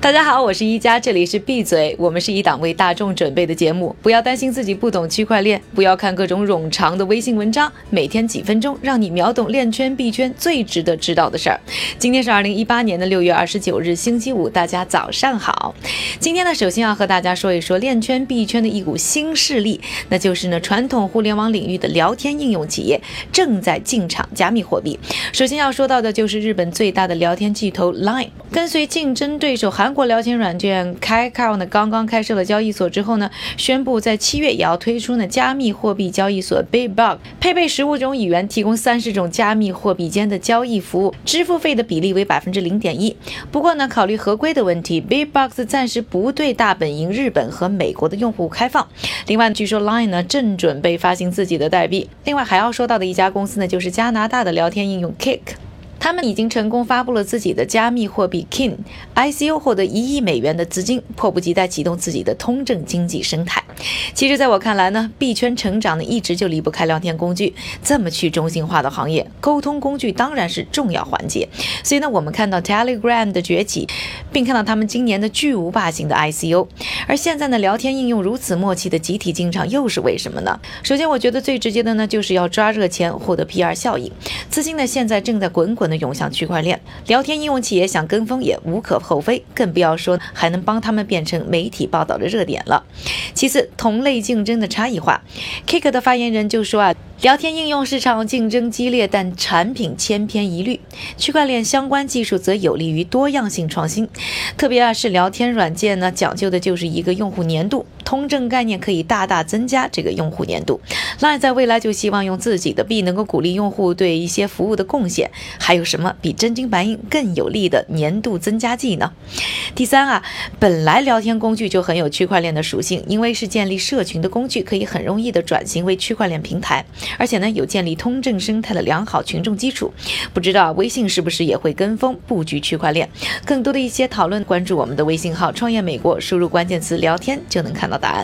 大家好，我是一加，这里是闭嘴。我们是一档为大众准备的节目，不要担心自己不懂区块链，不要看各种冗长的微信文章，每天几分钟，让你秒懂链圈币圈最值得知道的事儿。今天是2018年的6月29日，星期五，大家早上好。今天呢，首先要和大家说一说链圈币圈的一股新势力，那就是呢传统互联网领域的聊天应用企业正在进场加密货币。首先要说到的就是日本最大的聊天巨头 Line， 跟随竞争对手韩国聊天软件 Kakao 呢刚刚开设了交易所之后呢，宣布在7月也要推出呢加密货币交易所 Bitbox， 配备15种语言，提供30种加密货币间的交易服务，支付费的比例为 0.1%。 不过呢，考虑合规的问题， Bitbox 暂时不对大本营日本和美国的用户开放。另外据说 Line 呢正准备发行自己的代币。另外还要说到的一家公司呢，就是加拿大的聊天应用 Kik，他们已经成功发布了自己的加密货币 Kin ICO， 获得1亿美元的资金，迫不及待启动自己的通证经济生态。其实在我看来呢，币圈成长呢一直就离不开聊天工具，这么去中心化的行业，沟通工具当然是重要环节。所以呢，我们看到 Telegram 的崛起，并看到他们今年的巨无霸型的 ICO。而现在呢，聊天应用如此默契的集体进场，又是为什么呢？首先我觉得最直接的呢，就是要抓热钱，获得 PR 效应。资金呢现在正在滚滚的涌向区块链，聊天应用企业想跟风也无可厚非，更不要说还能帮他们变成媒体报道的热点了。其次，同类竞争的差异化， Kik 的发言人就说聊天应用市场竞争激烈，但产品千篇一律，区块链相关技术则有利于多样性创新。特别是聊天软件呢，讲究的就是一个用户粘度，通证概念可以大大增加这个用户粘度。Line 在未来就希望用自己的币能够鼓励用户对一些服务的贡献，还有什么比真金白银更有力的粘度增加剂呢？第三本来聊天工具就很有区块链的属性，因为是建立社群的工具，可以很容易的转型为区块链平台，而且呢有建立通证生态的良好群众基础。不知道微信是不是也会跟风布局区块链？更多的一些讨论，关注我们的微信号创业美国，输入关键词聊天就能看到答案。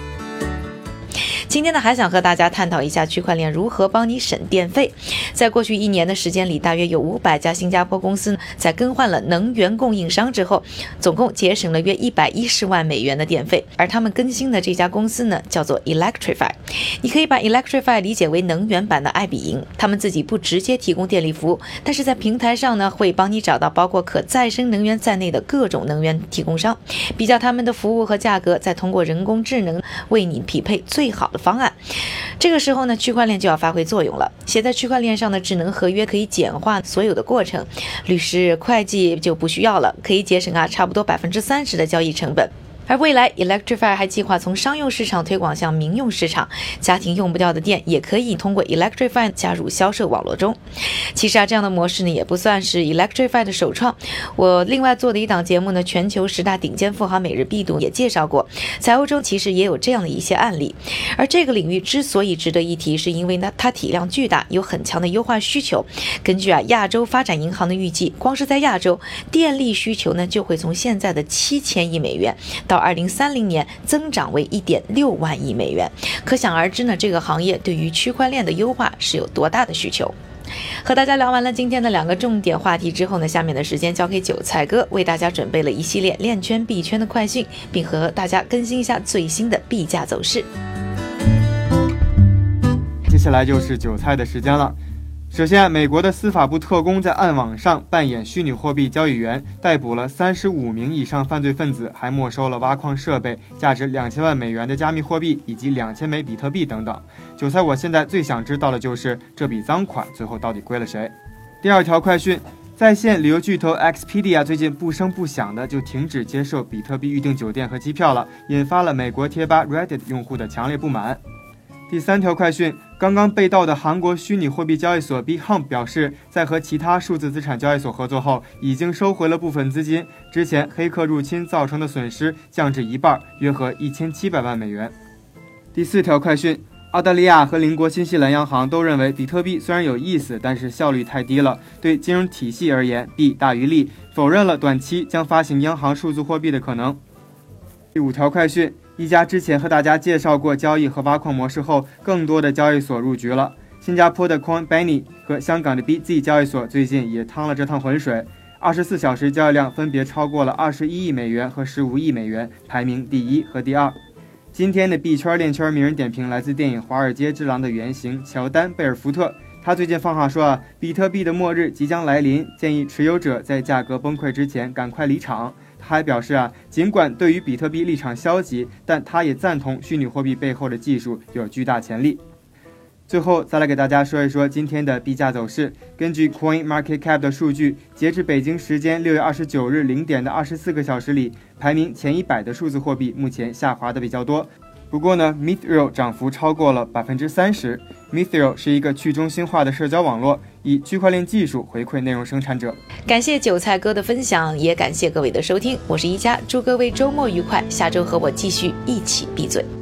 今天呢，还想和大家探讨一下区块链如何帮你省电费。在过去1年的时间里，大约有500家新加坡公司在更换了能源供应商之后，总共节省了约110万美元的电费。而他们更新的这家公司呢，叫做 Electrify。你可以把 Electrify 理解为能源版的爱彼迎，他们自己不直接提供电力服务，但是在平台上呢，会帮你找到包括可再生能源在内的各种能源提供商，比较他们的服务和价格，再通过人工智能为你匹配最好的方案。这个时候呢，区块链就要发挥作用了。写在区块链上的智能合约可以简化所有的过程，律师、会计就不需要了，可以节省差不多30%的交易成本。而未来 Electrify 还计划从商用市场推广向民用市场，家庭用不掉的电也可以通过 Electrify 加入销售网络中。其实这样的模式呢，也不算是 Electrify 的首创。我另外做的一档节目呢，全球10大顶尖富豪每日必读也介绍过，在欧洲其实也有这样的一些案例。而这个领域之所以值得一提，是因为呢它体量巨大，有很强的优化需求。根据亚洲发展银行的预计，光是在亚洲电力需求呢就会从现在的7000亿美元到2030年增长为1.6万亿美元，可想而知呢，这个行业对于区块链的优化是有多大的需求。和大家聊完了今天的2个重点话题之后呢，下面的时间交给韭菜哥，为大家准备了一系列链圈币圈的快讯，并和大家更新一下最新的币价走势。 接下来就是韭菜的时间了。首先，美国的司法部特工在暗网上扮演虚拟货币交易员，逮捕了35名以上犯罪分子，还没收了挖矿设备、价值2000万美元的加密货币以及2000枚比特币等等。韭菜，我现在最想知道的就是这笔赃款最后到底归了谁？第二条快讯，在线旅游巨头 Expedia 最近不声不响的就停止接受比特币预订酒店和机票了，引发了美国贴吧 Reddit 用户的强烈不满。第三条快讯，刚刚被盗的韩国虚拟货币交易所 BitHump 表示，在和其他数字资产交易所合作后，已经收回了部分资金，之前黑客入侵造成的损失降至一半，约合1700万美元。第四条快讯，澳大利亚和邻国新西兰央行都认为比特币虽然有意思，但是效率太低了，对金融体系而言弊大于利，否认了短期将发行央行数字货币的可能。第五条快讯，一家之前和大家介绍过交易和挖矿模式后，更多的交易所入局了。新加坡的 Coinbase 和香港的 BZ 交易所最近也趟了这趟浑水。 24小时交易量分别超过了21亿美元和15亿美元，排名第1和第2。今天的币圈链圈名人点评来自电影《华尔街之狼》的原型乔丹·贝尔福特。他最近放话说比特币的末日即将来临，建议持有者在价格崩溃之前赶快离场。他还表示尽管对于比特币立场消极，但他也赞同虚拟货币背后的技术有巨大潜力。最后再来给大家说一说今天的币价走势。根据 CoinMarketCap 的数据，截至北京时间6月29日0点的24个小时里，排名前100的数字货币目前下滑的比较多。不过呢 Mithril 涨幅超过了 30%。 Mithril 是一个去中心化的社交网络，以区块链技术回馈内容生产者。 感谢韭菜哥的分享，也感谢各位的收听，我是一加，祝各位周末愉快，下周和我继续一起闭嘴。